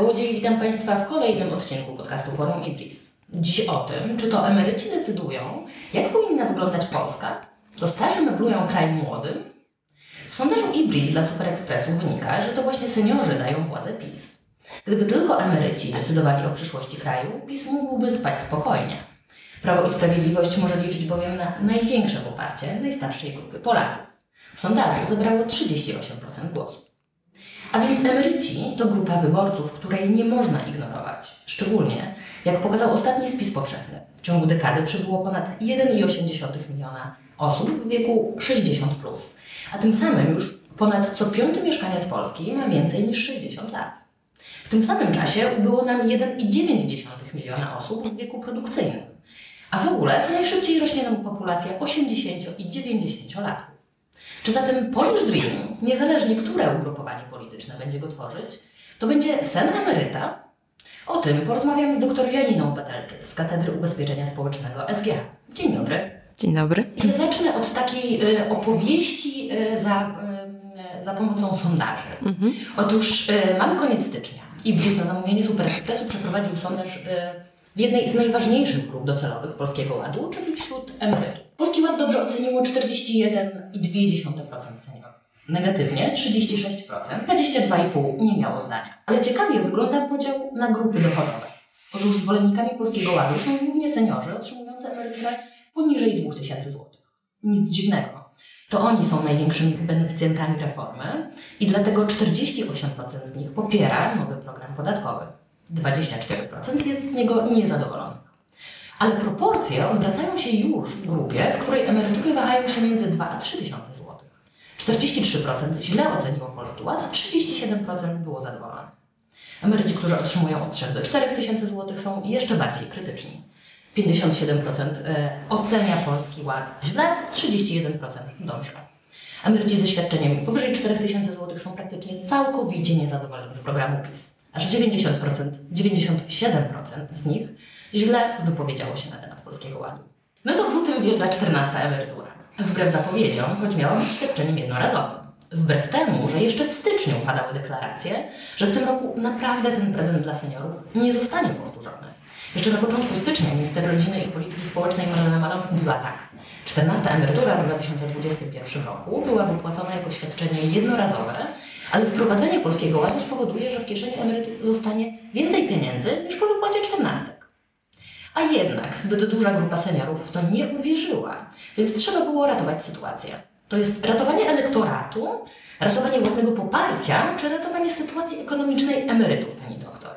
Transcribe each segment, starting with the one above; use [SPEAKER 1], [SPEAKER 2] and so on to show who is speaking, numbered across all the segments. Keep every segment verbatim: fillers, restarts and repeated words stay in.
[SPEAKER 1] Kołodziej, witam Państwa w kolejnym odcinku podcastu Forum Ibris. Dziś o tym, czy to emeryci decydują, jak powinna wyglądać Polska, to starzy meblują kraj młodym. Z sondażu Ibris dla Super Expressu wynika, że to właśnie seniorzy dają władzę PiS. Gdyby tylko emeryci decydowali o przyszłości kraju, PiS mógłby spać spokojnie. Prawo i Sprawiedliwość może liczyć bowiem na największe poparcie najstarszej grupy Polaków. W sondażu zebrało trzydzieści osiem procent głosów. A więc emeryci to grupa wyborców, której nie można ignorować. Szczególnie, jak pokazał ostatni spis powszechny, w ciągu dekady przybyło ponad jeden przecinek osiem miliona osób w wieku sześćdziesiąt plus, a tym samym już ponad co piąty mieszkaniec Polski ma więcej niż sześćdziesiąt lat. W tym samym czasie ubyło nam jeden przecinek dziewięć miliona osób w wieku produkcyjnym. A w ogóle to najszybciej rośnie nam populacja osiemdziesięcio- i dziewięćdziesięciolatków. Czy zatem Polish Dream, niezależnie które ugrupowanie polityczne będzie go tworzyć, to będzie sen emeryta? O tym porozmawiam z dr Janiną Petelczyk z Katedry Ubezpieczenia Społecznego S G H. Dzień dobry.
[SPEAKER 2] Dzień dobry.
[SPEAKER 1] Ja zacznę od takiej y, opowieści y, za, y, za pomocą sondaży. Mhm. Otóż y, mamy koniec stycznia. Ibris na zamówienie Super Expressu przeprowadził sondaż y, w jednej z najważniejszych grup docelowych Polskiego Ładu, czyli wśród emerytów. Polski Ład dobrze oceniło czterdzieści jeden przecinek dwa procent seniorów. Negatywnie trzydzieści sześć procent, dwadzieścia dwa przecinek pięć procent nie miało zdania. Ale ciekawie wygląda podział na grupy dochodowe. Otóż zwolennikami Polskiego Ładu są głównie seniorzy otrzymujący emeryturę poniżej dwa tysiące złotych. Nic dziwnego. To oni są największymi beneficjentami reformy i dlatego czterdzieści osiem procent z nich popiera nowy program podatkowy. dwadzieścia cztery procent jest z niego niezadowolonych. Ale proporcje odwracają się już w grupie, w której emerytury wahają się między dwa a trzy tysiące złotych. czterdzieści trzy procent źle oceniło Polski Ład, trzydzieści siedem procent było zadowolonych. Emeryci, którzy otrzymują od trzech do czterech tysięcy złotych, są jeszcze bardziej krytyczni. pięćdziesiąt siedem procent ocenia Polski Ład źle, trzydzieści jeden procent dobrze. Emeryci ze świadczeniami powyżej czterech tysięcy złotych są praktycznie całkowicie niezadowoleni z programu PiS. Aż dziewięćdziesiąt procent, dziewięćdziesiąt siedem procent z nich źle wypowiedziało się na temat Polskiego Ładu. No to w lutym wjeżdża czternasta emerytura. Wbrew zapowiedziom, choć miała być świadczeniem jednorazowym. Wbrew temu, że jeszcze w styczniu padały deklaracje, że w tym roku naprawdę ten prezent dla seniorów nie zostanie powtórzony. Jeszcze na początku stycznia minister rodziny i polityki społecznej Marzena Maląg mówiła tak. czternasta emerytura w dwa tysiące dwudziestym pierwszym roku była wypłacona jako świadczenie jednorazowe, ale wprowadzenie Polskiego Ładu spowoduje, że w kieszeni emerytów zostanie więcej pieniędzy niż po wypłacie czternastek. A jednak zbyt duża grupa seniorów w to nie uwierzyła, więc trzeba było ratować sytuację. To jest ratowanie elektoratu, ratowanie własnego poparcia, czy ratowanie sytuacji ekonomicznej emerytów, pani doktor?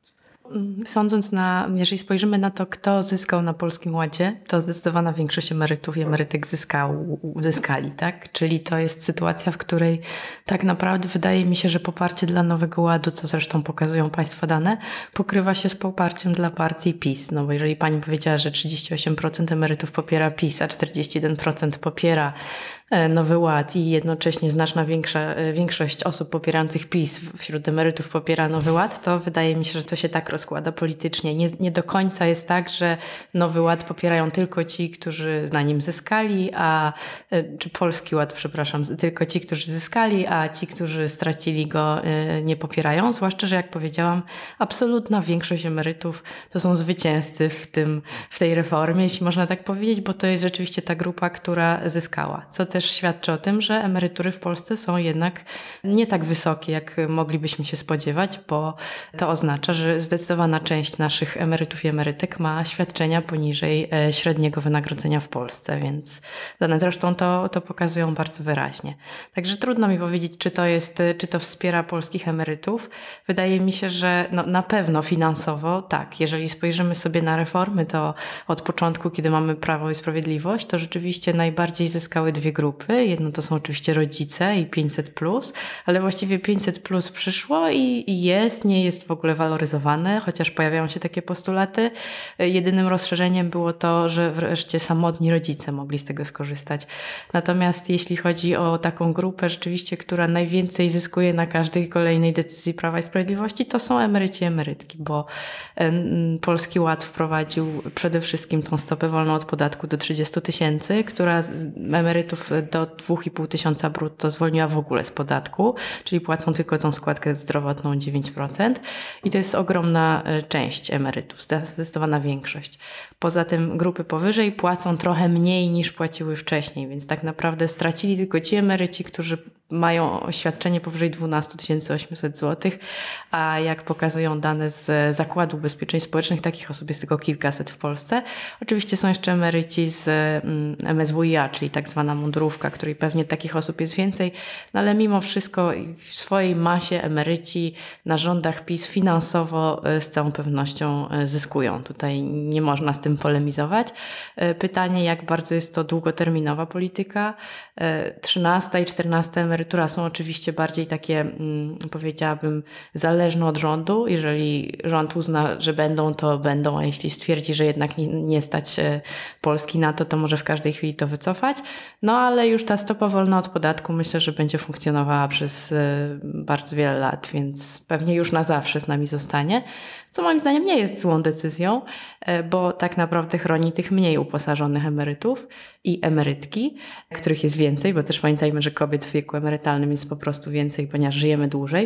[SPEAKER 2] Sądząc na, jeżeli spojrzymy na to, kto zyskał na Polskim Ładzie, to zdecydowana większość emerytów i emerytek zyskał, zyskali, tak? Czyli to jest sytuacja, w której tak naprawdę wydaje mi się, że poparcie dla Nowego Ładu, co zresztą pokazują Państwa dane, pokrywa się z poparciem dla partii PiS. No bo jeżeli Pani powiedziała, że trzydzieści osiem procent emerytów popiera PiS, a czterdzieści jeden procent popiera Nowy Ład i jednocześnie znaczna większa, większość osób popierających PiS wśród emerytów popiera Nowy Ład, to wydaje mi się, że to się tak rozkłada politycznie. Nie, nie do końca jest tak, że Nowy Ład popierają tylko ci, którzy na nim zyskali, a czy Polski Ład, przepraszam, tylko ci, którzy zyskali, a ci, którzy stracili go, nie popierają. Zwłaszcza, że jak powiedziałam, absolutna większość emerytów to są zwycięzcy w tym, w tej reformie, jeśli można tak powiedzieć, bo to jest rzeczywiście ta grupa, która zyskała. Co też świadczy o tym, że emerytury w Polsce są jednak nie tak wysokie, jak moglibyśmy się spodziewać, bo to oznacza, że zdecydowana część naszych emerytów i emerytek ma świadczenia poniżej średniego wynagrodzenia w Polsce, więc dane zresztą to, to pokazują bardzo wyraźnie. Także trudno mi powiedzieć, czy to jest, czy to wspiera polskich emerytów. Wydaje mi się, że no, na pewno finansowo tak. Jeżeli spojrzymy sobie na reformy, to od początku, kiedy mamy Prawo i Sprawiedliwość, to rzeczywiście najbardziej zyskały dwie grupy. Jedno to są oczywiście rodzice i pięćset plus, ale właściwie pięćset plus przyszło i, i jest, nie jest w ogóle waloryzowane, chociaż pojawiają się takie postulaty. Jedynym rozszerzeniem było to, że wreszcie samotni rodzice mogli z tego skorzystać. Natomiast jeśli chodzi o taką grupę rzeczywiście, która najwięcej zyskuje na każdej kolejnej decyzji Prawa i Sprawiedliwości, to są emeryci i emerytki, bo Polski Ład wprowadził przede wszystkim tą stopę wolną od podatku do trzydziestu tysięcy, która emerytów do dwa i pół tysiąca brutto zwolniła w ogóle z podatku, czyli płacą tylko tą składkę zdrowotną dziewięć procent i to jest ogromna część emerytów, zdecydowana większość. Poza tym grupy powyżej płacą trochę mniej niż płaciły wcześniej, więc tak naprawdę stracili tylko ci emeryci, którzy mają oświadczenie powyżej dwanaście tysięcy osiemset złotych, a jak pokazują dane z Zakładu Ubezpieczeń Społecznych, takich osób jest tylko kilkaset w Polsce. Oczywiście są jeszcze emeryci z M S W i A, czyli tak zwana mundurówka, której pewnie takich osób jest więcej, no ale mimo wszystko w swojej masie emeryci na rządach PiS finansowo z całą pewnością zyskują. Tutaj nie można z tym polemizować. Pytanie, jak bardzo jest to długoterminowa polityka. Trzynasta i czternasta emerytura są oczywiście bardziej takie, powiedziałabym, zależne od rządu. Jeżeli rząd uzna, że będą, to będą, a jeśli stwierdzi, że jednak nie, nie stać Polski na to, to może w każdej chwili to wycofać. No ale już ta stopa wolna od podatku myślę, że będzie funkcjonowała przez bardzo wiele lat, więc pewnie już na zawsze z nami zostanie. Co moim zdaniem nie jest złą decyzją, bo tak naprawdę chroni tych mniej uposażonych emerytów i emerytki, których jest więcej, bo też pamiętajmy, że kobiet w wieku emerytalnym jest po prostu więcej, ponieważ żyjemy dłużej.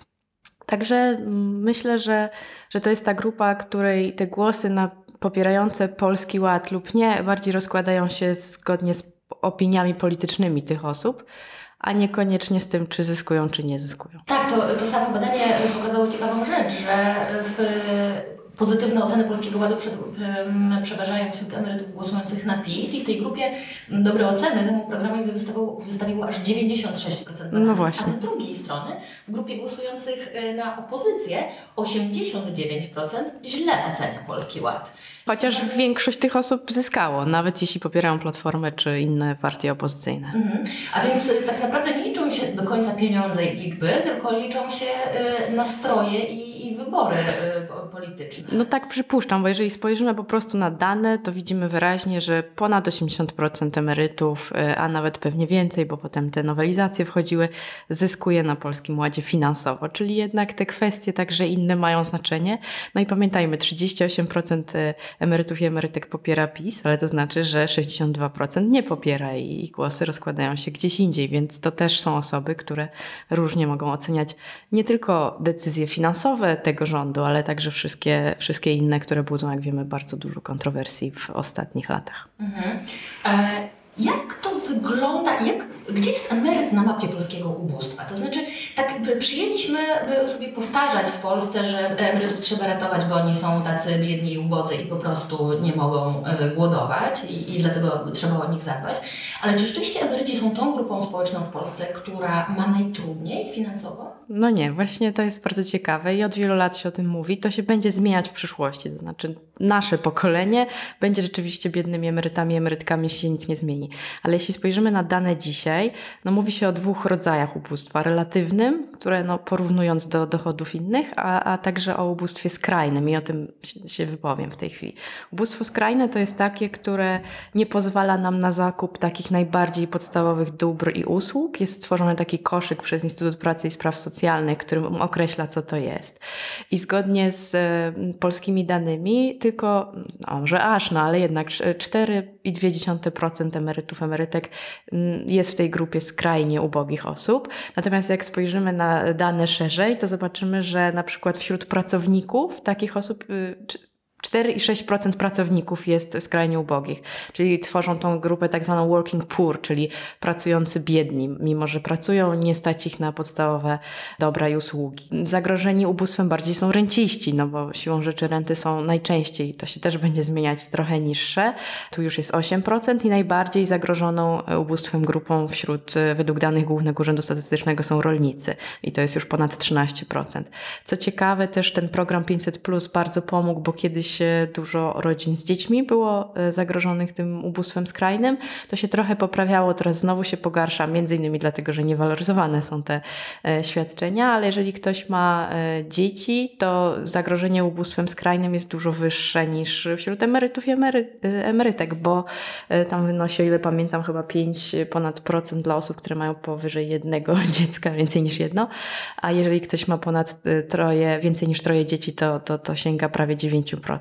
[SPEAKER 2] Także myślę, że, że to jest ta grupa, której te głosy na popierające Polski Ład lub nie bardziej rozkładają się zgodnie z opiniami politycznymi tych osób, a niekoniecznie z tym, czy zyskują, czy nie zyskują.
[SPEAKER 1] Tak, to, to samo badanie pokazało ciekawą rzecz, że w pozytywne oceny Polskiego Ładu przed, przeważają wśród emerytów głosujących na PiS i w tej grupie dobre oceny temu programowi wystawiło, wystawiło aż dziewięćdziesiąt sześć procent badanych.
[SPEAKER 2] No właśnie.
[SPEAKER 1] A z drugiej strony w grupie głosujących na opozycję osiemdziesiąt dziewięć procent źle ocenia Polski Ład.
[SPEAKER 2] Chociaż większość tych osób zyskało, nawet jeśli popierają Platformę czy inne partie opozycyjne.
[SPEAKER 1] Mhm. A więc tak naprawdę nie liczą się do końca pieniądze i liczby, tylko liczą się nastroje i, i wybory polityczne.
[SPEAKER 2] No tak przypuszczam, bo jeżeli spojrzymy po prostu na dane, to widzimy wyraźnie, że ponad osiemdziesiąt procent emerytów, a nawet pewnie więcej, bo potem te nowelizacje wchodziły, zyskuje na Polskim Ładzie finansowo, czyli jednak te kwestie także inne mają znaczenie. No i pamiętajmy, trzydzieści osiem procent emerytów i emerytek popiera PiS, ale to znaczy, że sześćdziesiąt dwa procent nie popiera i głosy rozkładają się gdzieś indziej, więc to też są osoby, które różnie mogą oceniać nie tylko decyzje finansowe tego rządu, ale także wszystkie, wszystkie inne, które budzą, jak wiemy, bardzo dużo kontrowersji w ostatnich latach. Mhm.
[SPEAKER 1] E, jak to wygląda, jak, gdzie jest emeryt na mapie polskiego ubóstwa? To znaczy, tak przyjęliśmy sobie powtarzać w Polsce, że emerytów trzeba ratować, bo oni są tacy biedni i ubodzy i po prostu nie mogą głodować i, i dlatego trzeba o nich zadbać. Ale czy rzeczywiście emeryci są tą grupą społeczną w Polsce, która ma najtrudniej finansowo?
[SPEAKER 2] No nie, właśnie to jest bardzo ciekawe i od wielu lat się o tym mówi. To się będzie zmieniać w przyszłości, to znaczy nasze pokolenie będzie rzeczywiście biednymi emerytami i emerytkami, jeśli się nic nie zmieni. Ale jeśli spojrzymy na dane dzisiaj, no mówi się o dwóch rodzajach ubóstwa. Relatywnym, które no porównując do dochodów innych, a, a także o ubóstwie skrajnym i o tym się, się wypowiem w tej chwili. Ubóstwo skrajne to jest takie, które nie pozwala nam na zakup takich najbardziej podstawowych dóbr i usług. Jest stworzony taki koszyk przez Instytut Pracy i Spraw Socjalnych, który określa, co to jest. I zgodnie z y, polskimi danymi tylko, no może aż, no ale jednak cztery i dwie dziesiąte procent emerytów, emerytek jest w tej grupie skrajnie ubogich osób. Natomiast jak spojrzymy na dane szerzej, to zobaczymy, że na przykład wśród pracowników takich osób cztery i sześć procent pracowników jest skrajnie ubogich, czyli tworzą tą grupę tak zwaną working poor, czyli pracujący biedni. Mimo że pracują, nie stać ich na podstawowe dobra i usługi. Zagrożeni ubóstwem bardziej są renciści, no bo siłą rzeczy renty są najczęściej, to się też będzie zmieniać, trochę niższe. Tu już jest osiem procent i najbardziej zagrożoną ubóstwem grupą wśród, według danych Głównego Urzędu Statystycznego, są rolnicy i to jest już ponad trzynaście procent. Co ciekawe, też ten program pięćset plus bardzo pomógł, bo kiedyś dużo rodzin z dziećmi było zagrożonych tym ubóstwem skrajnym. To się trochę poprawiało, teraz znowu się pogarsza, między innymi dlatego, że niewaloryzowane są te świadczenia, ale jeżeli ktoś ma dzieci, to zagrożenie ubóstwem skrajnym jest dużo wyższe niż wśród emerytów i emery- emerytek, bo tam wynosi, o ile pamiętam, chyba pięć ponad procent dla osób, które mają powyżej jednego dziecka, więcej niż jedno, a jeżeli ktoś ma ponad troje, więcej niż troje dzieci, to, to, to sięga prawie dziewięć procent.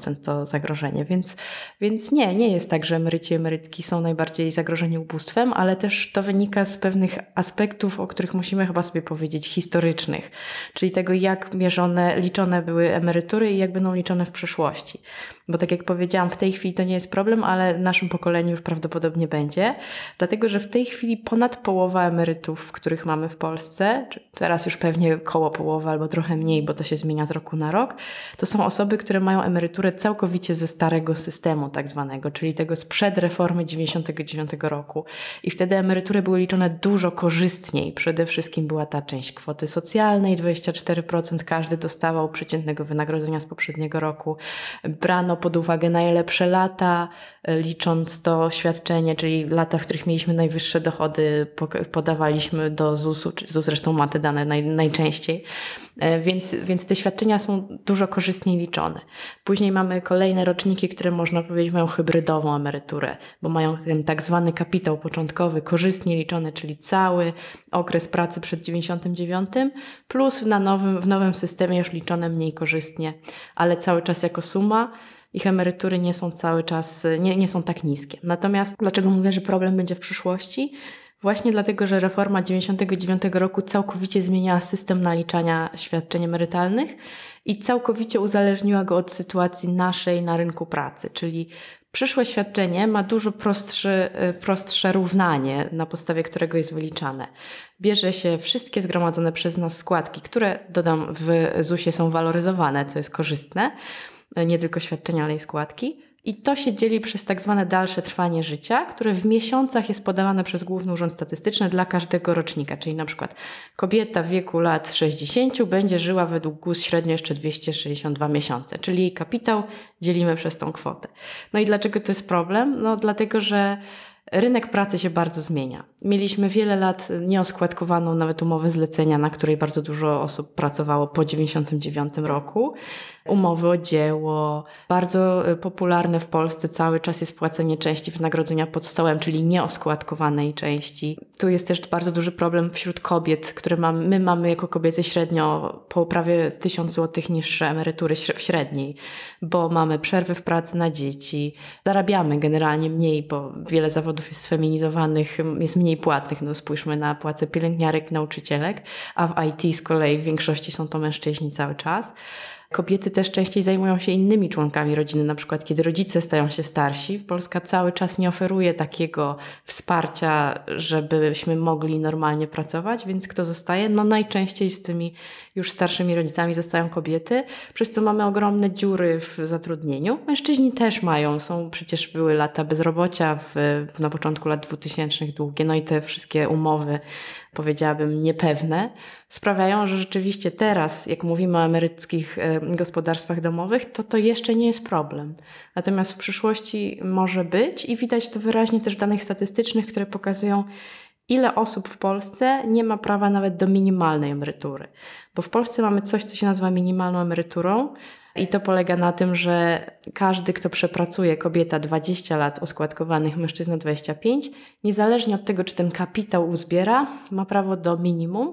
[SPEAKER 2] procent to zagrożenie, więc, więc nie, nie jest tak, że emeryci i emerytki są najbardziej zagrożeni ubóstwem, ale też to wynika z pewnych aspektów, o których musimy chyba sobie powiedzieć, historycznych, czyli tego, jak mierzone, liczone były emerytury i jak będą liczone w przyszłości. Bo tak jak powiedziałam, w tej chwili to nie jest problem, ale w naszym pokoleniu już prawdopodobnie będzie, dlatego że w tej chwili ponad połowa emerytów, których mamy w Polsce, teraz już pewnie koło połowy albo trochę mniej, bo to się zmienia z roku na rok, to są osoby, które mają emeryturę całkowicie ze starego systemu tak zwanego, czyli tego sprzed reformy dziewięćdziesiątego dziewiątego roku. I wtedy emerytury były liczone dużo korzystniej. Przede wszystkim była ta część kwoty socjalnej, dwadzieścia cztery procent każdy dostawał przeciętnego wynagrodzenia z poprzedniego roku. Brano pod uwagę najlepsze lata, licząc to świadczenie, czyli lata, w których mieliśmy najwyższe dochody, podawaliśmy do zusu, czy ZUS zresztą ma te dane naj, najczęściej, więc, więc te świadczenia są dużo korzystniej liczone. Później mamy kolejne roczniki, które można powiedzieć mają hybrydową emeryturę, bo mają ten tak zwany kapitał początkowy korzystnie liczony, czyli cały okres pracy przed dziewięćdziesiątym dziewiątym, plus na nowym, w nowym systemie już liczone mniej korzystnie, ale cały czas jako suma. Ich emerytury nie są cały czas, nie, nie są tak niskie. Natomiast dlaczego mówię, że problem będzie w przyszłości? Właśnie dlatego, że reforma dziewięćdziesiątego dziewiątego roku całkowicie zmieniała system naliczania świadczeń emerytalnych i całkowicie uzależniła go od sytuacji naszej na rynku pracy, czyli przyszłe świadczenie ma dużo prostsze, prostsze równanie, na podstawie którego jest wyliczane. Bierze się wszystkie zgromadzone przez nas składki, które, dodam, w zusie są waloryzowane, co jest korzystne, nie tylko świadczenia, ale i składki. I to się dzieli przez tak zwane dalsze trwanie życia, które w miesiącach jest podawane przez Główny Urząd Statystyczny dla każdego rocznika. Czyli na przykład kobieta w wieku lat sześćdziesięciu będzie żyła według G U S średnio jeszcze dwieście sześćdziesiąt dwa miesiące, czyli jej kapitał dzielimy przez tą kwotę. No i dlaczego to jest problem? No dlatego, że rynek pracy się bardzo zmienia. Mieliśmy wiele lat nieoskładkowaną nawet umowę zlecenia, na której bardzo dużo osób pracowało po dziewięćdziesiątym dziewiątym roku. Umowy o dzieło. Bardzo popularne w Polsce cały czas jest płacenie części wynagrodzenia pod stołem, czyli nieoskładkowanej części. Tu jest też bardzo duży problem wśród kobiet, które mamy, my mamy jako kobiety średnio po prawie tysiąc złotych niższe emerytury w średniej, bo mamy przerwy w pracy na dzieci. Zarabiamy generalnie mniej, bo wiele zawodów jest sfeminizowanych, jest mniej płatnych. No spójrzmy na płace pielęgniarek, nauczycielek, a w I T z kolei w większości są to mężczyźni cały czas. Kobiety też częściej zajmują się innymi członkami rodziny, na przykład kiedy rodzice stają się starsi. Polska cały czas nie oferuje takiego wsparcia, żebyśmy mogli normalnie pracować, więc kto zostaje? No najczęściej z tymi już starszymi rodzicami zostają kobiety, przez co mamy ogromne dziury w zatrudnieniu. Mężczyźni też mają, są przecież były lata bezrobocia w, na początku lat dwutysięcznych długie, no i te wszystkie umowy, powiedziałabym, niepewne, sprawiają, że rzeczywiście teraz, jak mówimy o emeryckich gospodarstwach domowych, to to jeszcze nie jest problem. Natomiast w przyszłości może być i widać to wyraźnie też w danych statystycznych, które pokazują, ile osób w Polsce nie ma prawa nawet do minimalnej emerytury. Bo w Polsce mamy coś, co się nazywa minimalną emeryturą i to polega na tym, że każdy, kto przepracuje, kobieta dwadzieścia lat oskładkowanych, mężczyzna dwadzieścia pięć, niezależnie od tego, czy ten kapitał uzbiera, ma prawo do minimum.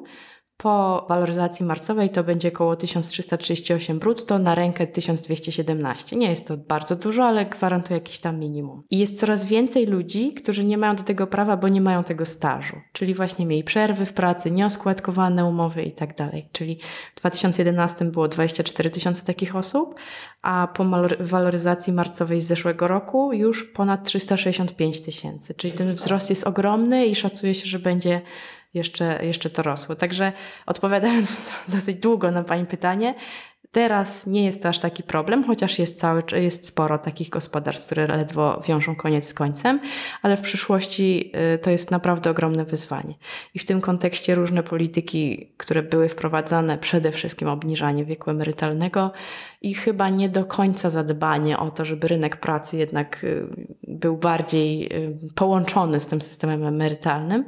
[SPEAKER 2] Po waloryzacji marcowej to będzie około tysiąc trzysta trzydzieści osiem brutto, na rękę tysiąc dwieście siedemnaście. Nie jest to bardzo dużo, ale gwarantuje jakieś tam minimum. I jest coraz więcej ludzi, którzy nie mają do tego prawa, bo nie mają tego stażu. Czyli właśnie mieli przerwy w pracy, nieoskładkowane umowy i tak dalej. Czyli w dwa tysiące jedenastym było dwadzieścia cztery tysiące takich osób, a po waloryzacji marcowej z zeszłego roku już ponad trzysta sześćdziesiąt pięć tysięcy. Czyli ten wzrost jest ogromny i szacuje się, że będzie Jeszcze, jeszcze to rosło. Także odpowiadając dosyć długo na Pani pytanie, teraz nie jest to aż taki problem, chociaż jest, cały, jest sporo takich gospodarstw, które ledwo wiążą koniec z końcem, ale w przyszłości to jest naprawdę ogromne wyzwanie. I w tym kontekście różne polityki, które były wprowadzane, przede wszystkim obniżanie wieku emerytalnego i chyba nie do końca zadbanie o to, żeby rynek pracy jednak był bardziej połączony z tym systemem emerytalnym,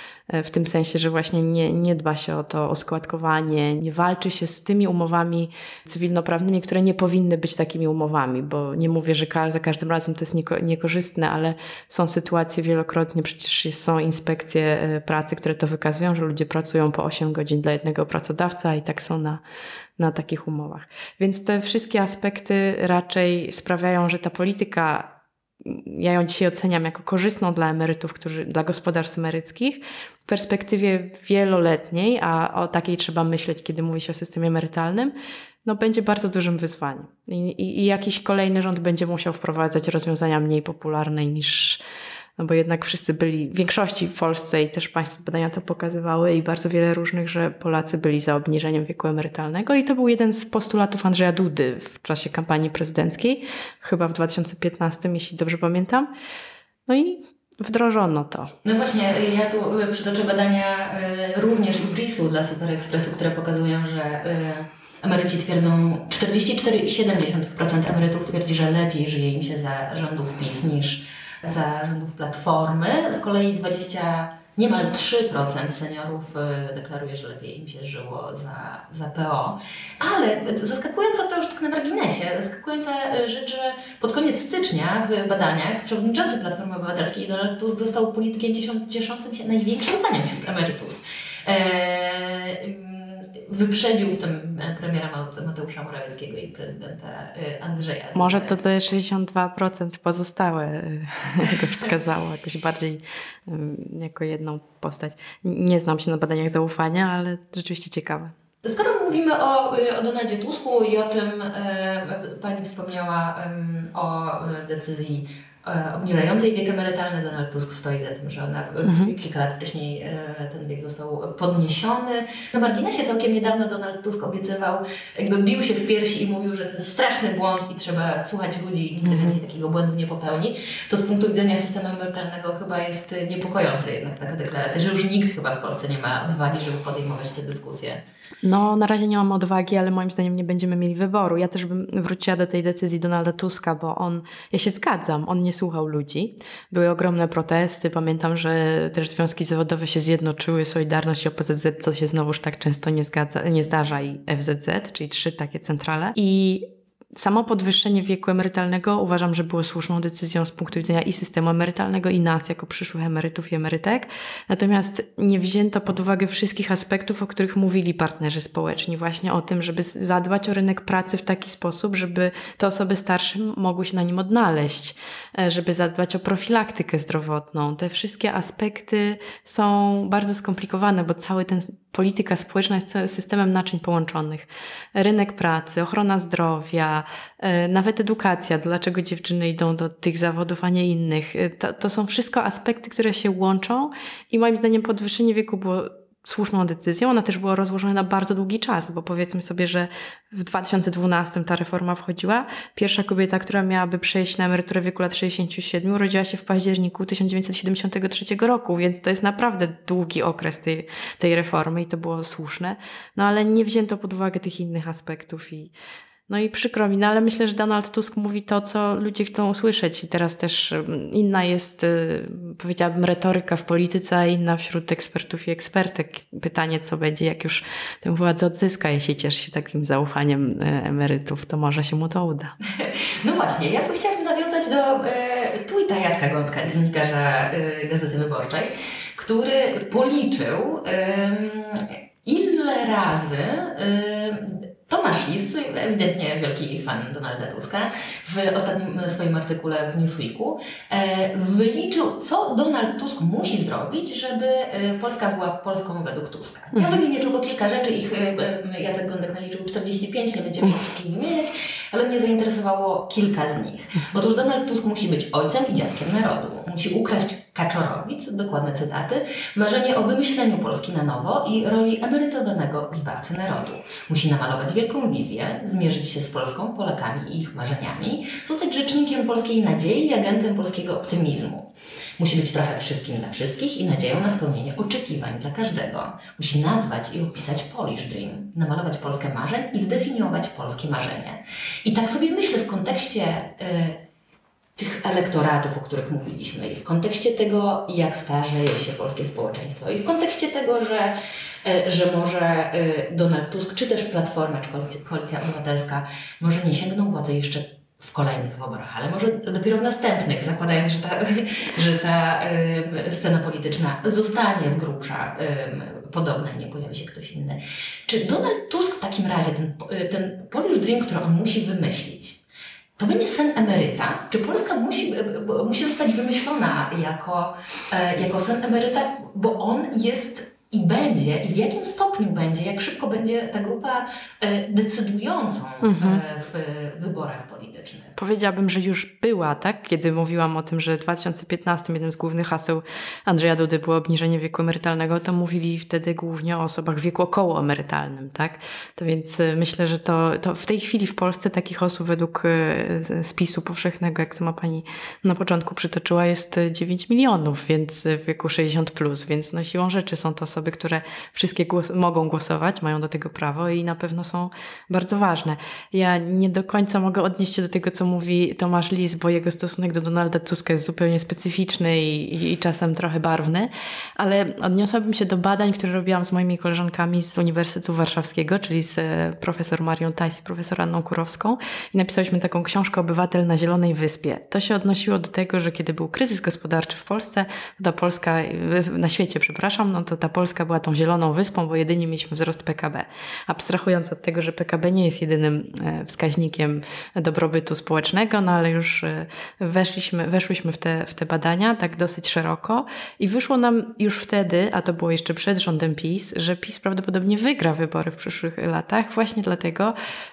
[SPEAKER 2] w tym sensie, że właśnie nie, nie dba się o to oskładkowanie, nie walczy się z tymi umowami cywilnoprawnymi, które nie powinny być takimi umowami, bo nie mówię, że ka- za każdym razem to jest nieko- niekorzystne, ale są sytuacje wielokrotnie, przecież są inspekcje pracy, które to wykazują, że ludzie pracują po osiem godzin dla jednego pracodawcy, a i tak są na, na takich umowach. Więc te wszystkie aspekty raczej sprawiają, że ta polityka, ja ją dzisiaj oceniam jako korzystną dla emerytów, którzy, dla gospodarstw emeryckich, w perspektywie wieloletniej, a o takiej trzeba myśleć, kiedy mówi się o systemie emerytalnym, no będzie bardzo dużym wyzwaniem. I, i, i jakiś kolejny rząd będzie musiał wprowadzać rozwiązania mniej popularne niż, no bo jednak wszyscy byli, w większości w Polsce i też państwa badania to pokazywały i bardzo wiele różnych, że Polacy byli za obniżeniem wieku emerytalnego i to był jeden z postulatów Andrzeja Dudy w czasie kampanii prezydenckiej, chyba w dwa tysiące piętnastym, jeśli dobrze pamiętam. No i wdrożono to.
[SPEAKER 1] No właśnie, ja tu przytoczę badania również i brisu dla Super Expressu, które pokazują, że emeryci twierdzą, czterdzieści cztery przecinek siedem procent emerytów twierdzi, że lepiej żyje im się za rządów PiS niż za rządów Platformy. Z kolei dwadzieścia, niemal trzy procent seniorów deklaruje, że lepiej im się żyło za, za P O. Ale zaskakująca to już tak na marginesie, zaskakująca rzecz, że pod koniec stycznia w badaniach przewodniczący Platformy Obywatelskiej Donald Tusk został politykiem cieszącym się największym uznaniem wśród emerytów. Eee, wyprzedził w tym premiera Mateusza Morawieckiego i prezydenta Andrzeja.
[SPEAKER 2] Może to te sześćdziesiąt dwa procent pozostałe go wskazało jakoś bardziej jako jedną postać. Nie znam się na badaniach zaufania, ale rzeczywiście ciekawe.
[SPEAKER 1] Skoro mówimy o, o Donaldzie Tusku i o tym, Pani wspomniała o decyzji obniżającej wiek emerytalny, Donald Tusk stoi za tym, że ona w, mhm. kilka lat wcześniej ten wiek został podniesiony. Na marginesie całkiem niedawno Donald Tusk obiecywał, jakby bił się w piersi i mówił, że to jest straszny błąd i trzeba słuchać ludzi i nigdy mhm. więcej takiego błędu nie popełni. To z punktu widzenia systemu emerytalnego chyba jest niepokojące jednak taka deklaracja, że już nikt chyba w Polsce nie ma odwagi, żeby podejmować tę dyskusję.
[SPEAKER 2] No, na razie nie mam odwagi, ale moim zdaniem nie będziemy mieli wyboru. Ja też bym wróciła do tej decyzji Donalda Tuska, bo on, ja się zgadzam, on nie słuchał ludzi. Były ogromne protesty. Pamiętam, że też związki zawodowe się zjednoczyły, Solidarność i O P Z Z, co się znowuż tak często nie, zgadza, nie zdarza, i F Z Z, czyli trzy takie centrale. I samo podwyższenie wieku emerytalnego uważam, że było słuszną decyzją z punktu widzenia i systemu emerytalnego, i nas jako przyszłych emerytów i emerytek. Natomiast nie wzięto pod uwagę wszystkich aspektów, o których mówili partnerzy społeczni. Właśnie o tym, żeby zadbać o rynek pracy w taki sposób, żeby te osoby starsze mogły się na nim odnaleźć, żeby zadbać o profilaktykę zdrowotną. Te wszystkie aspekty są bardzo skomplikowane, bo cały ten polityka społeczna jest całym systemem naczyń połączonych. Rynek pracy, ochrona zdrowia, nawet edukacja, dlaczego dziewczyny idą do tych zawodów, a nie innych. To, to są wszystko aspekty, które się łączą i moim zdaniem podwyższenie wieku było słuszną decyzją. Ona też była rozłożona na bardzo długi czas, bo powiedzmy sobie, że w dwa tysiące dwunastym ta reforma wchodziła. Pierwsza kobieta, która miałaby przejść na emeryturę w wieku lat sześćdziesięciu siedmiu, urodziła się w październiku tysiąc dziewięćset siedemdziesiątego trzeciego roku, więc to jest naprawdę długi okres tej, tej reformy i to było słuszne. No ale nie wzięto pod uwagę tych innych aspektów i no i przykro mi, no ale myślę, że Donald Tusk mówi to, co ludzie chcą usłyszeć i teraz też inna jest, powiedziałabym, retoryka w polityce, a inna wśród ekspertów i ekspertek. Pytanie, co będzie, jak już tę władzę odzyska, jeśli cieszy się takim zaufaniem emerytów, to może się mu to uda.
[SPEAKER 1] No właśnie, ja chciałabym nawiązać do e, tweeta Jacka Gądka, dziennikarza e, Gazety Wyborczej, który policzył e, ile razy e, Tomasz Lis, ewidentnie wielki fan Donalda Tuska, w ostatnim swoim artykule w Newsweeku e, wyliczył, co Donald Tusk musi zrobić, żeby e, Polska była Polską według Tuska. Ja
[SPEAKER 2] Mhm.
[SPEAKER 1] wymienię tylko kilka rzeczy, ich e, Jacek Gądek naliczył czterdzieści pięć, nie będziemy ich wszystkich wymieniać, ale mnie zainteresowało kilka z nich. Otóż Donald Tusk musi być ojcem i dziadkiem narodu. Musi ukraść Kaczorowi, to dokładne cytaty, marzenie o wymyśleniu Polski na nowo i roli emerytowanego zbawcy narodu. Musi namalować wielką wizję, zmierzyć się z Polską, Polakami i ich marzeniami, zostać rzecznikiem polskiej nadziei i agentem polskiego optymizmu. Musi być trochę wszystkim dla wszystkich i nadzieją na spełnienie oczekiwań dla każdego. Musi nazwać i opisać Polish Dream, namalować Polskę marzeń i zdefiniować polskie marzenie. I tak sobie myślę w kontekście y, tych elektoratów, o których mówiliśmy, i w kontekście tego, jak starzeje się polskie społeczeństwo, i w kontekście tego, że, że może Donald Tusk, czy też Platforma, czy Koalicja, Koalicja Obywatelska może nie sięgną władzy jeszcze w kolejnych wyborach, ale może dopiero w następnych, zakładając, że ta, że ta y, scena polityczna zostanie z grubsza y, podobna i nie pojawi się ktoś inny. Czy Donald Tusk w takim razie, ten, ten Polish Dream, który on musi wymyślić, to będzie sen emeryta? Czy Polska musi, musi zostać wymyślona jako, jako sen emeryta, bo on jest i będzie, i w jakim stopniu będzie, jak szybko będzie ta grupa decydującą mhm. w wyborach politycznych?
[SPEAKER 2] Powiedziałabym, że już była, tak? Kiedy mówiłam o tym, że w dwa tysiące piętnastym jednym z głównych haseł Andrzeja Dudy było obniżenie wieku emerytalnego, to mówili wtedy głównie o osobach w wieku okołoemerytalnym, tak? To więc myślę, że to, to w tej chwili w Polsce takich osób według spisu powszechnego, jak sama pani na początku przytoczyła, jest dziewięć milionów, więc w wieku sześćdziesiąt plus, więc no siłą rzeczy są to osoby, które wszystkie głos- mogą głosować, mają do tego prawo i na pewno są bardzo ważne. Ja nie do końca mogę odnieść się do tego, co mówi Tomasz Lis, bo jego stosunek do Donalda Tuska jest zupełnie specyficzny i, i, i czasem trochę barwny, ale odniosłabym się do badań, które robiłam z moimi koleżankami z Uniwersytetu Warszawskiego, czyli z profesor Marią Tajs i profesor Anną Kurowską i napisałyśmy taką książkę Obywatel na Zielonej Wyspie. To się odnosiło do tego, że kiedy był kryzys gospodarczy w Polsce, to ta Polska, na świecie, przepraszam, no to ta Polska była tą zieloną wyspą, bo jedynie mieliśmy wzrost P K B. Abstrahując od tego, że P K B nie jest jedynym wskaźnikiem dobrobytu społecznego, no ale już weszliśmy, weszłyśmy w te, w te badania tak dosyć szeroko i wyszło nam już wtedy, a to było jeszcze przed rządem PiS, że PiS prawdopodobnie wygra wybory w przyszłych latach właśnie dlatego,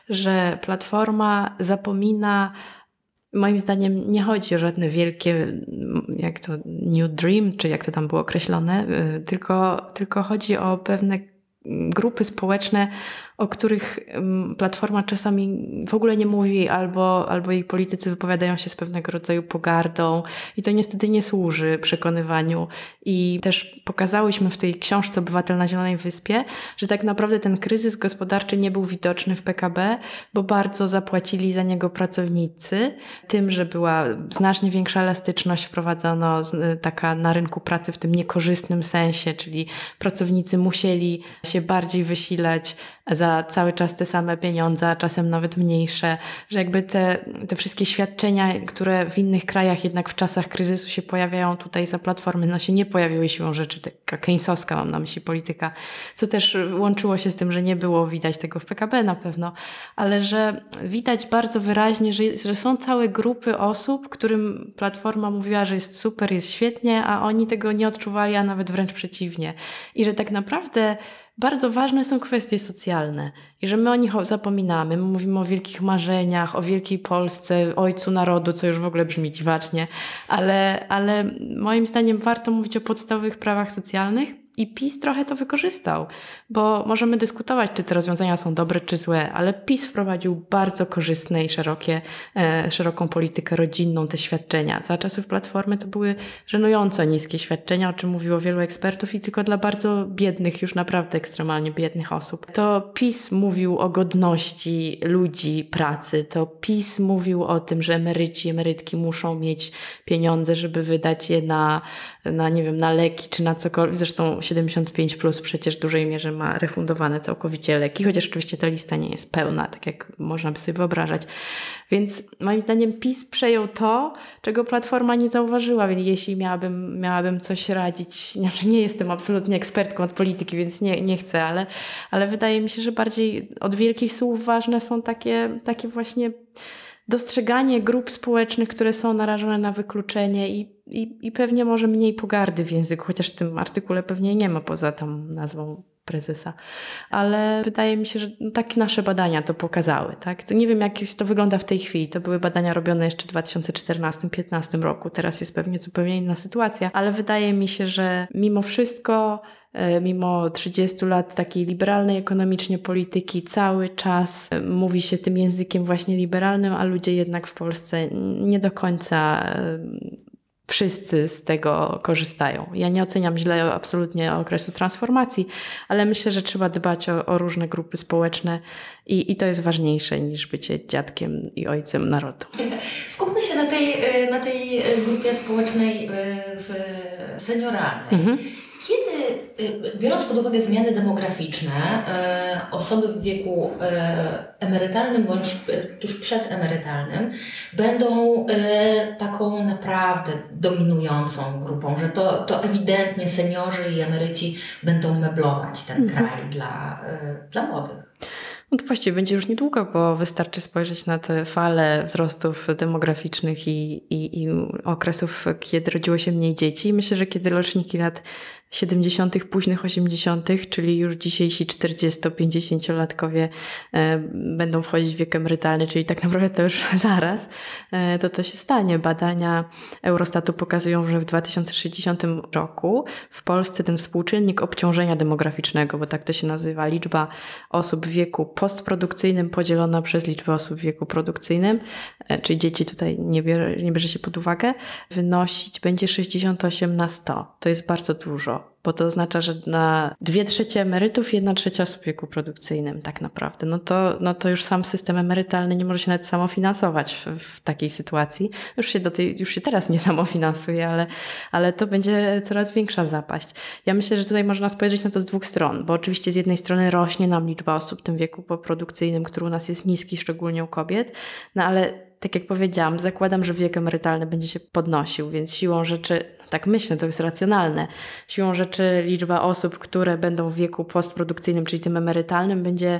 [SPEAKER 2] że Platforma zapomina. Moim zdaniem nie chodzi o żadne wielkie, jak to New Dream, czy jak to tam było określone, tylko, tylko chodzi o pewne grupy społeczne, o których Platforma czasami w ogóle nie mówi, albo, albo jej politycy wypowiadają się z pewnego rodzaju pogardą i to niestety nie służy przekonywaniu. I też pokazałyśmy w tej książce Obywatel na Zielonej Wyspie, że tak naprawdę ten kryzys gospodarczy nie był widoczny w P K B, bo bardzo zapłacili za niego pracownicy, tym, że była znacznie większa elastyczność, wprowadzono taka na rynku pracy w tym niekorzystnym sensie, czyli pracownicy musieli się bardziej wysilać za cały czas te same pieniądze, a czasem nawet mniejsze, że jakby te, te wszystkie świadczenia, które w innych krajach jednak w czasach kryzysu się pojawiają, tutaj za Platformy, no się nie pojawiły siłą rzeczy, taka keynesowska mam na myśli polityka, co też łączyło się z tym, że nie było widać tego w P K B na pewno, ale że widać bardzo wyraźnie, że, że są całe grupy osób, którym Platforma mówiła, że jest super, jest świetnie, a oni tego nie odczuwali, a nawet wręcz przeciwnie. I że tak naprawdę bardzo ważne są kwestie socjalne i że my o nich zapominamy. My mówimy o wielkich marzeniach, o wielkiej Polsce, ojcu narodu, co już w ogóle brzmi dziwacznie, ale, ale moim zdaniem warto mówić o podstawowych prawach socjalnych i PiS trochę to wykorzystał, bo możemy dyskutować, czy te rozwiązania są dobre, czy złe, ale PiS wprowadził bardzo korzystne i szerokie, e, szeroką politykę rodzinną, te świadczenia. Za czasów Platformy to były żenująco niskie świadczenia, o czym mówiło wielu ekspertów i tylko dla bardzo biednych, już naprawdę ekstremalnie biednych osób. To PiS mówił o godności ludzi, pracy, to PiS mówił o tym, że emeryci, emerytki muszą mieć pieniądze, żeby wydać je na, na nie wiem, na leki, czy na cokolwiek. Zresztą siedemdziesiąt pięć plus przecież w dużej mierze ma refundowane całkowicie leki, chociaż oczywiście ta lista nie jest pełna, tak jak można by sobie wyobrażać. Więc moim zdaniem PiS przejął to, czego Platforma nie zauważyła, więc jeśli miałabym, miałabym coś radzić, znaczy nie jestem absolutnie ekspertką od polityki, więc nie, nie chcę, ale, ale wydaje mi się, że bardziej od wielkich słów ważne są takie, takie właśnie dostrzeganie grup społecznych, które są narażone na wykluczenie i, i, i pewnie może mniej pogardy w języku, chociaż w tym artykule pewnie nie ma poza tą nazwą prezesa. Ale wydaje mi się, że takie nasze badania to pokazały. Tak? To nie wiem, jak to wygląda w tej chwili. To były badania robione jeszcze w dwa tysiące czternastym do dwa tysiące piętnastego roku. Teraz jest pewnie zupełnie inna sytuacja, ale wydaje mi się, że mimo wszystko mimo trzydziestu lat takiej liberalnej ekonomicznie polityki cały czas mówi się tym językiem właśnie liberalnym, a ludzie jednak w Polsce nie do końca wszyscy z tego korzystają. Ja nie oceniam źle absolutnie okresu transformacji, ale myślę, że trzeba dbać o, o różne grupy społeczne i, i to jest ważniejsze niż bycie dziadkiem i ojcem narodu.
[SPEAKER 1] Skupmy się na tej, na tej grupie społecznej w senioralnej. Mhm. Kiedy, biorąc pod uwagę zmiany demograficzne, osoby w wieku emerytalnym bądź tuż przedemerytalnym będą taką naprawdę dominującą grupą, że to, to ewidentnie seniorzy i emeryci będą meblować ten mhm. kraj dla, dla młodych.
[SPEAKER 2] No to właściwie będzie już niedługo, bo wystarczy spojrzeć na te fale wzrostów demograficznych i, i, i okresów, kiedy rodziło się mniej dzieci. Myślę, że kiedy roczniki lat siedemdziesiątych, późnych osiemdziesiątych, czyli już dzisiejsi czterdziesto-pięćdziesięciolatkowie e, będą wchodzić w wiek emerytalny, czyli tak naprawdę to już zaraz, e, to to się stanie. Badania Eurostatu pokazują, że w dwa tysiące sześćdziesiątym roku w Polsce ten współczynnik obciążenia demograficznego, bo tak to się nazywa, liczba osób w wieku postprodukcyjnym podzielona przez liczbę osób w wieku produkcyjnym, e, czyli dzieci tutaj nie bierze, nie bierze się pod uwagę, wynosić będzie sześćdziesiąt osiem na sto. To jest bardzo dużo. Bo to oznacza, że na dwie trzecie emerytów, jedna trzecia osób w wieku produkcyjnym tak naprawdę. No to, no to już sam system emerytalny nie może się nawet samofinansować w, w takiej sytuacji. Już się, do tej, już się teraz nie samofinansuje, ale, ale to będzie coraz większa zapaść. Ja myślę, że tutaj można spojrzeć na to z dwóch stron, bo oczywiście z jednej strony rośnie nam liczba osób w tym wieku poprodukcyjnym, który u nas jest niski, szczególnie u kobiet, no ale tak jak powiedziałam, zakładam, że wiek emerytalny będzie się podnosił, więc siłą rzeczy, tak myślę, to jest racjonalne, siłą rzeczy liczba osób, które będą w wieku postprodukcyjnym, czyli tym emerytalnym, będzie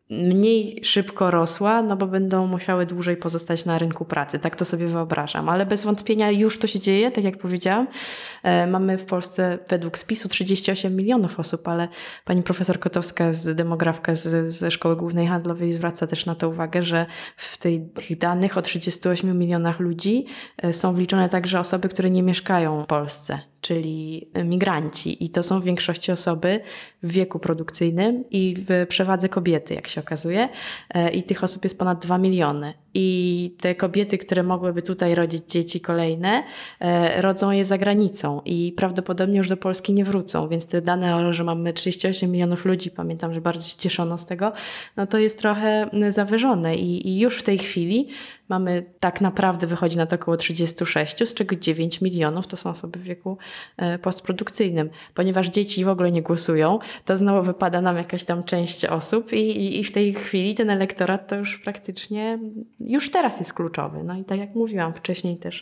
[SPEAKER 2] mniej szybko rosła, no bo będą musiały dłużej pozostać na rynku pracy. Tak to sobie wyobrażam. Ale bez wątpienia już to się dzieje, tak jak powiedziałam. E, mamy w Polsce według spisu trzydzieści osiem milionów osób, ale pani profesor Kotowska, z demografka z, ze Szkoły Głównej Handlowej, zwraca też na to uwagę, że w tej, tych danych o trzydziestu ośmiu milionach ludzi e, są wliczone także osoby, które nie mieszkają w Polsce, czyli migranci. I to są w większości osoby w wieku produkcyjnym i w przewadze kobiety, jak się okazuje. I tych osób jest ponad dwa miliony. I te kobiety, które mogłyby tutaj rodzić dzieci kolejne, rodzą je za granicą i prawdopodobnie już do Polski nie wrócą. Więc te dane, że mamy trzydzieści osiem milionów ludzi, pamiętam, że bardzo się cieszono z tego, no to jest trochę zawyżone. I, i już w tej chwili mamy, tak naprawdę wychodzi na to około trzydzieści sześć, z czego dziewięć milionów to są osoby w wieku postprodukcyjnym. Ponieważ dzieci w ogóle nie głosują, to znowu wypada nam jakaś tam część osób i, i, i w tej chwili ten elektorat to już praktycznie, już teraz jest kluczowy. No i tak jak mówiłam wcześniej też,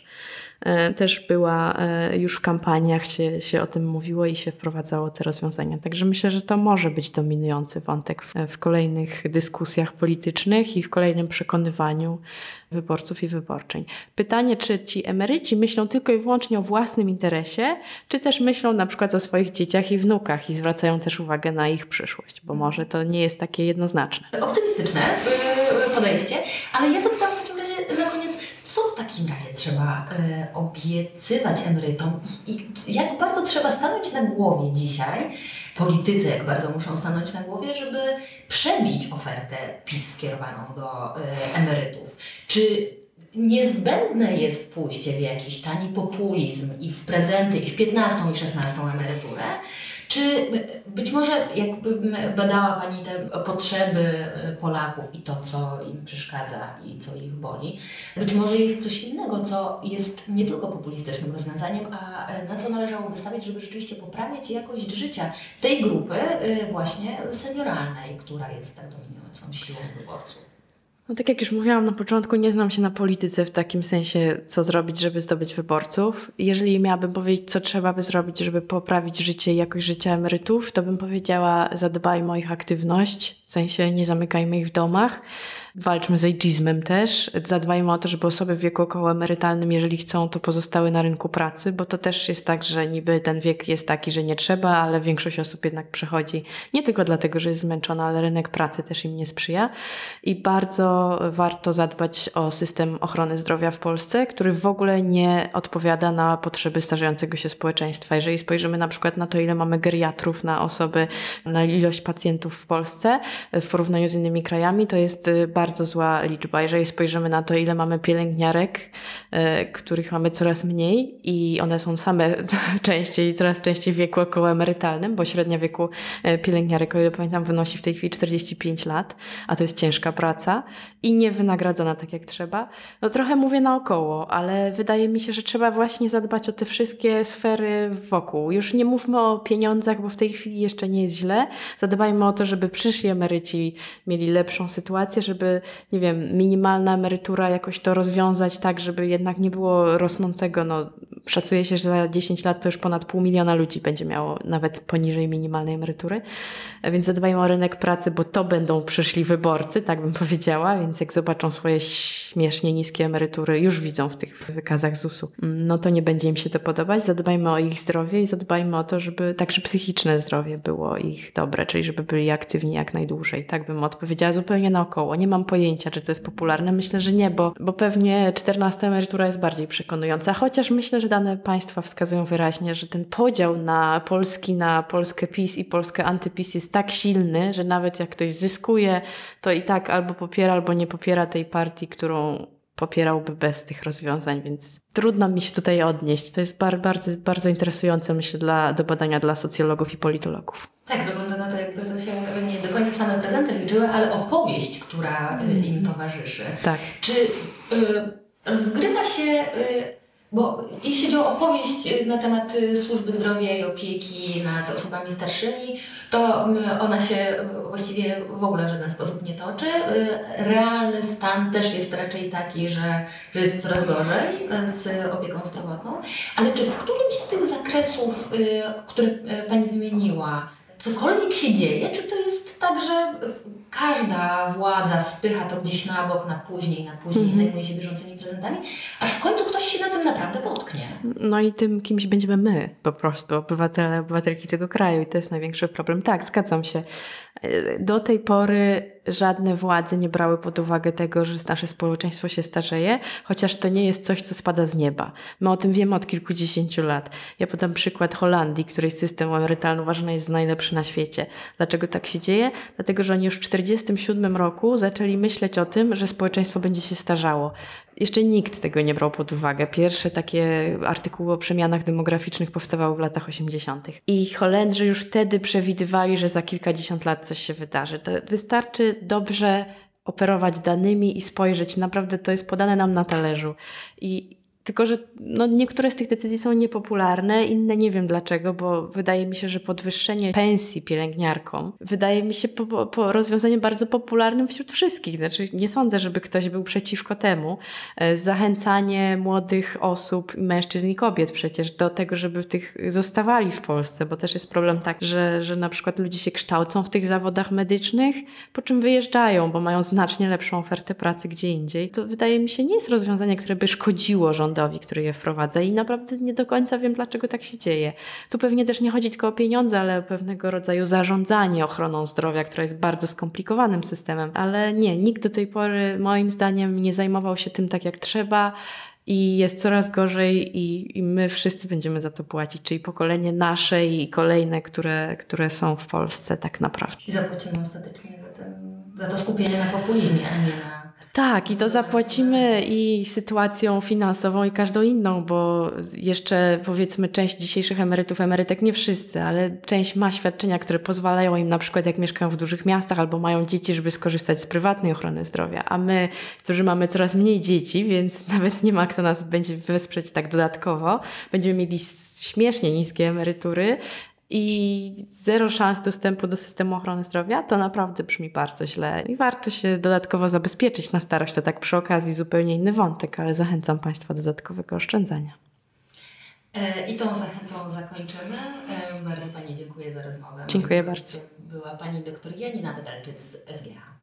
[SPEAKER 2] też była, już w kampaniach się, się o tym mówiło i się wprowadzało te rozwiązania. Także myślę, że to może być dominujący wątek w, w kolejnych dyskusjach politycznych i w kolejnym przekonywaniu wyborców i wyborczyń. Pytanie, czy ci emeryci myślą tylko i wyłącznie o własnym interesie, czy też myślą na przykład o swoich dzieciach i wnukach i zwracają też uwagę na ich przyszłość, bo może to nie jest takie jednoznaczne.
[SPEAKER 1] Optymistyczne podejście, ale ja zapytam w takim razie na koniec, co w takim razie trzeba y, obiecywać emerytom i, i jak bardzo trzeba stanąć na głowie dzisiaj, politycy jak bardzo muszą stanąć na głowie, żeby przebić ofertę PiS skierowaną do y, emerytów. Czy niezbędne jest pójście w jakiś tani populizm i w prezenty, i w piętnastą i szesnastą emeryturę? Czy być może jakby badała Pani te potrzeby Polaków i to, co im przeszkadza i co ich boli, być może jest coś innego, co jest nie tylko populistycznym rozwiązaniem, a na co należałoby stawiać, żeby rzeczywiście poprawiać jakość życia tej grupy właśnie senioralnej, która jest tak dominującą siłą wyborców.
[SPEAKER 2] No tak jak już mówiłam na początku, nie znam się na polityce w takim sensie, co zrobić, żeby zdobyć wyborców. Jeżeli miałabym powiedzieć, co trzeba by zrobić, żeby poprawić życie i jakość życia emerytów, to bym powiedziała, zadbajmy o ich aktywność, w sensie nie zamykajmy ich w domach. Walczmy z ageizmem też. Zadbajmy o to, żeby osoby w wieku okołoemerytalnym, jeżeli chcą, to pozostały na rynku pracy, bo to też jest tak, że niby ten wiek jest taki, że nie trzeba, ale większość osób jednak przechodzi nie tylko dlatego, że jest zmęczona, ale rynek pracy też im nie sprzyja. I bardzo warto zadbać o system ochrony zdrowia w Polsce, który w ogóle nie odpowiada na potrzeby starzejącego się społeczeństwa. Jeżeli spojrzymy na przykład na to, ile mamy geriatrów na osoby, na ilość pacjentów w Polsce w porównaniu z innymi krajami, to jest bardzo bardzo zła liczba. Jeżeli spojrzymy na to, ile mamy pielęgniarek, y, których mamy coraz mniej i one są same częściej, coraz częściej w wieku okołoemerytalnym, bo średnia wieku pielęgniarek, o ile pamiętam, wynosi w tej chwili czterdzieści pięć lat, a to jest ciężka praca. i nie wynagradzana tak jak trzeba. No trochę mówię naokoło, ale wydaje mi się, że trzeba właśnie zadbać o te wszystkie sfery wokół. Już nie mówmy o pieniądzach, bo w tej chwili jeszcze nie jest źle. Zadbajmy o to, żeby przyszli emeryci mieli lepszą sytuację, żeby, nie wiem, minimalna emerytura jakoś to rozwiązać tak, żeby jednak nie było rosnącego, no szacuje się, że za dziesięć lat to już ponad pół miliona ludzi będzie miało nawet poniżej minimalnej emerytury, więc zadbajmy o rynek pracy, bo to będą przyszli wyborcy, tak bym powiedziała, więc jak zobaczą swoje śmiesznie niskie emerytury, już widzą w tych wykazach zusu, no to nie będzie im się to podobać. Zadbajmy o ich zdrowie i zadbajmy o to, żeby także psychiczne zdrowie było ich dobre, czyli żeby byli aktywni jak najdłużej. Tak bym odpowiedziała zupełnie naokoło. Nie mam pojęcia, czy to jest popularne. Myślę, że nie, bo, bo pewnie czternasta emerytura jest bardziej przekonująca, chociaż myślę, że dane państwa wskazują wyraźnie, że ten podział na Polski, na Polskę PiS i Polskę antyPiS jest tak silny, że nawet jak ktoś zyskuje, to i tak albo popiera, albo nie popiera tej partii, którą popierałby bez tych rozwiązań, więc trudno mi się tutaj odnieść. To jest bar, bardzo, bardzo interesujące, myślę, dla, do badania dla socjologów i politologów.
[SPEAKER 1] Tak, wygląda na to, jakby to się nie do końca same prezenty liczyły, ale opowieść, która mm. im towarzyszy.
[SPEAKER 2] Tak.
[SPEAKER 1] Czy y, rozgrywa się... Y, Bo jeśli chodzi o opowieść na temat służby zdrowia i opieki nad osobami starszymi, to ona się właściwie w ogóle w żaden sposób nie toczy. Realny stan też jest raczej taki, że, że jest coraz gorzej z opieką zdrowotną. Ale czy w którymś z tych zakresów, które Pani wymieniła, cokolwiek się dzieje, czy to jest tak, że każda władza spycha to gdzieś na bok, na później, na później, mm-hmm. zajmuje się bieżącymi prezentami, aż w końcu ktoś się na tym naprawdę potknie?
[SPEAKER 2] No i tym kimś będziemy my, po prostu, obywatele, obywatelki tego kraju i to jest największy problem. Tak, zgadzam się. Do tej pory żadne władze nie brały pod uwagę tego, że nasze społeczeństwo się starzeje, chociaż to nie jest coś, co spada z nieba. My o tym wiemy od kilkudziesięciu lat. Ja podam przykład Holandii, której system emerytalny uważany jest za najlepszy na świecie. Dlaczego tak się dzieje? Dlatego, że oni już w tysiąc dziewięćset czterdziestym siódmym roku zaczęli myśleć o tym, że społeczeństwo będzie się starzało. Jeszcze nikt tego nie brał pod uwagę. Pierwsze takie artykuły o przemianach demograficznych powstawały w latach osiemdziesiątych. I Holendrzy już wtedy przewidywali, że za kilkadziesiąt lat coś się wydarzy. To wystarczy dobrze operować danymi i spojrzeć. Naprawdę to jest podane nam na talerzu. I tylko, że no, niektóre z tych decyzji są niepopularne, inne nie wiem dlaczego, bo wydaje mi się, że podwyższenie pensji pielęgniarkom wydaje mi się po, po rozwiązaniem bardzo popularnym wśród wszystkich. Znaczy nie sądzę, żeby ktoś był przeciwko temu. Zachęcanie młodych osób, mężczyzn i kobiet przecież do tego, żeby w tych zostawali w Polsce, bo też jest problem tak, że, że na przykład ludzie się kształcą w tych zawodach medycznych, po czym wyjeżdżają, bo mają znacznie lepszą ofertę pracy gdzie indziej. To wydaje mi się nie jest rozwiązanie, które by szkodziło rządowi, który je wprowadza i naprawdę nie do końca wiem, dlaczego tak się dzieje. Tu pewnie też nie chodzi tylko o pieniądze, ale o pewnego rodzaju zarządzanie ochroną zdrowia, która jest bardzo skomplikowanym systemem, ale nie, nikt do tej pory moim zdaniem nie zajmował się tym tak jak trzeba i jest coraz gorzej i, i my wszyscy będziemy za to płacić, czyli pokolenie nasze i kolejne, które, które są w Polsce tak naprawdę.
[SPEAKER 1] I zapłacimy ostatecznie za, ten, za to skupienie na populizmie, a nie na...
[SPEAKER 2] Tak, i to zapłacimy i sytuacją finansową i każdą inną, bo jeszcze powiedzmy część dzisiejszych emerytów, emerytek, nie wszyscy, ale część ma świadczenia, które pozwalają im na przykład jak mieszkają w dużych miastach albo mają dzieci, żeby skorzystać z prywatnej ochrony zdrowia, a my, którzy mamy coraz mniej dzieci, więc nawet nie ma kto nas będzie wesprzeć tak dodatkowo, będziemy mieli śmiesznie niskie emerytury i zero szans dostępu do systemu ochrony zdrowia, to naprawdę brzmi bardzo źle i warto się dodatkowo zabezpieczyć na starość. To tak przy okazji zupełnie inny wątek, ale zachęcam Państwa do dodatkowego oszczędzania.
[SPEAKER 1] I tą zachętą zakończymy. Bardzo Pani dziękuję za rozmowę.
[SPEAKER 2] Dziękuję bardzo.
[SPEAKER 1] Była Pani doktor Janina Wydalczyk z S G H.